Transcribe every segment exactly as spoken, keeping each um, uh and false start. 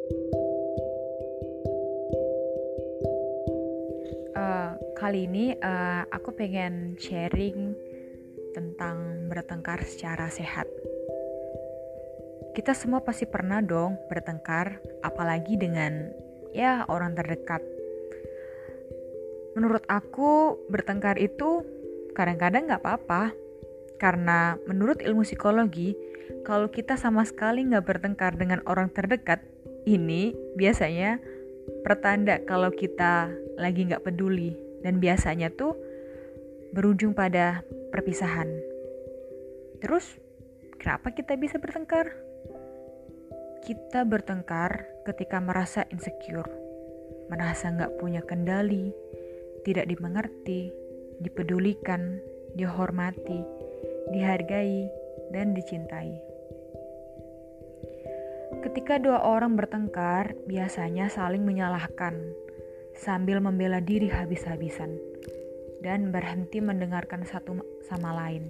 Uh, kali ini uh, aku pengen sharing tentang bertengkar secara sehat. Kita semua pasti pernah dong bertengkar, apalagi dengan ya orang terdekat. Menurut aku bertengkar itu kadang-kadang gak apa-apa, karena menurut ilmu psikologi, kalau kita sama sekali gak bertengkar dengan orang terdekat, ini biasanya pertanda kalau kita lagi gak peduli, dan biasanya tuh berujung pada perpisahan. Terus, kenapa kita bisa bertengkar? Kita bertengkar ketika merasa insecure, merasa gak punya kendali, tidak dimengerti, dipedulikan, dihormati, dihargai, dan dicintai. Ketika dua orang bertengkar, biasanya saling menyalahkan, sambil membela diri habis-habisan, dan berhenti mendengarkan satu sama lain.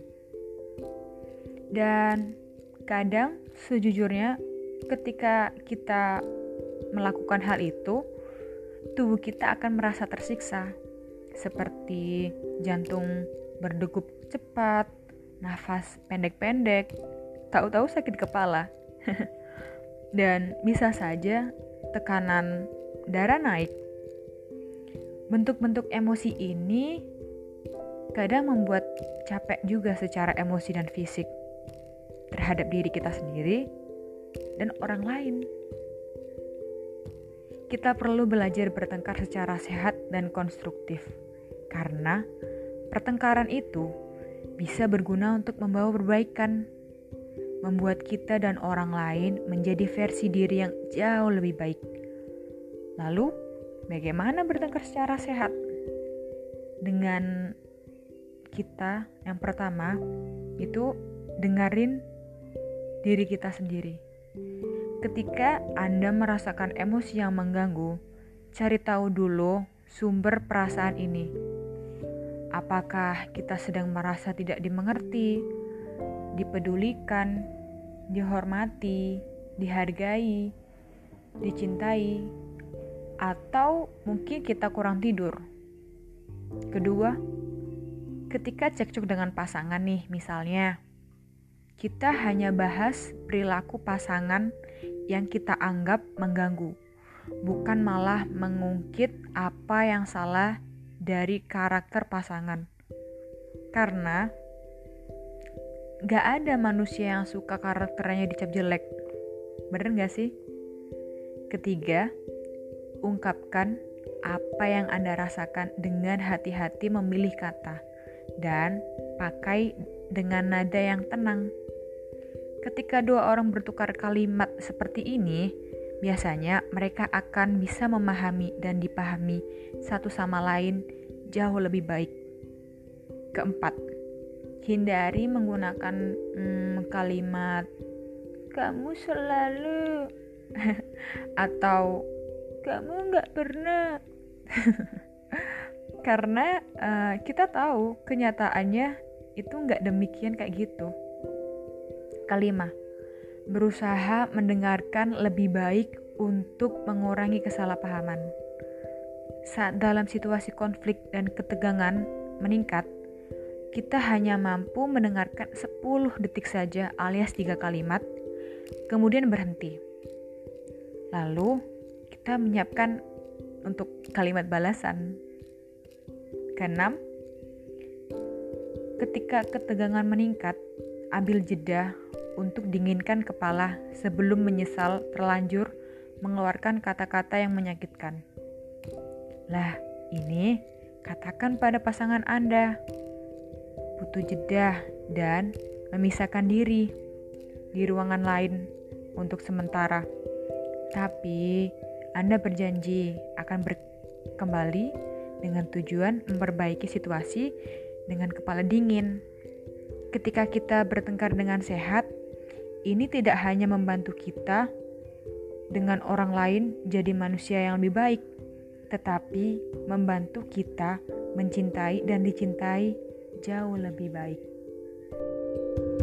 Dan kadang sejujurnya ketika kita melakukan hal itu, tubuh kita akan merasa tersiksa, seperti jantung berdegup cepat, nafas pendek-pendek, tahu-tahu sakit kepala. Dan bisa saja tekanan darah naik. Bentuk-bentuk emosi ini kadang membuat capek juga secara emosi dan fisik terhadap diri kita sendiri dan orang lain. Kita perlu belajar bertengkar secara sehat dan konstruktif, karena pertengkaran itu bisa berguna untuk membawa perbaikan, membuat kita dan orang lain menjadi versi diri yang jauh lebih baik. Lalu, bagaimana bertengkar secara sehat? Dengan kita yang pertama, itu dengerin diri kita sendiri. Ketika Anda merasakan emosi yang mengganggu, cari tahu dulu sumber perasaan ini. Apakah kita sedang merasa tidak dimengerti, dipedulikan, dihormati, dihargai, dicintai, atau mungkin kita kurang tidur. Kedua, ketika cekcok dengan pasangan nih, misalnya, kita hanya bahas perilaku pasangan yang kita anggap mengganggu, bukan malah mengungkit apa yang salah dari karakter pasangan. Karena gak ada manusia yang suka karakternya dicap jelek. Bener gak sih? Ketiga, ungkapkan apa yang Anda rasakan dengan hati-hati memilih kata dan pakai dengan nada yang tenang. Ketika dua orang bertukar kalimat seperti ini, biasanya mereka akan bisa memahami dan dipahami satu sama lain jauh lebih baik. Keempat, hindari menggunakan hmm, kalimat kamu selalu atau kamu gak pernah. Karena uh, kita tahu kenyataannya itu gak demikian kayak gitu. Kelima, berusaha mendengarkan lebih baik untuk mengurangi kesalahpahaman. Saat dalam situasi konflik dan ketegangan meningkat, kita hanya mampu mendengarkan sepuluh detik saja alias tiga kalimat, kemudian berhenti. Lalu kita menyiapkan untuk kalimat balasan. Keenam, ketika ketegangan meningkat, ambil jeda untuk dinginkan kepala sebelum menyesal terlanjur mengeluarkan kata-kata yang menyakitkan. Lah, ini katakan pada pasangan Anda. Butuh jeda dan memisahkan diri di ruangan lain untuk sementara. Tapi Anda berjanji akan ber- kembali dengan tujuan memperbaiki situasi dengan kepala dingin. Ketika kita bertengkar dengan sehat, ini tidak hanya membantu kita dengan orang lain jadi manusia yang lebih baik, tetapi membantu kita mencintai dan dicintai jauh lebih baik.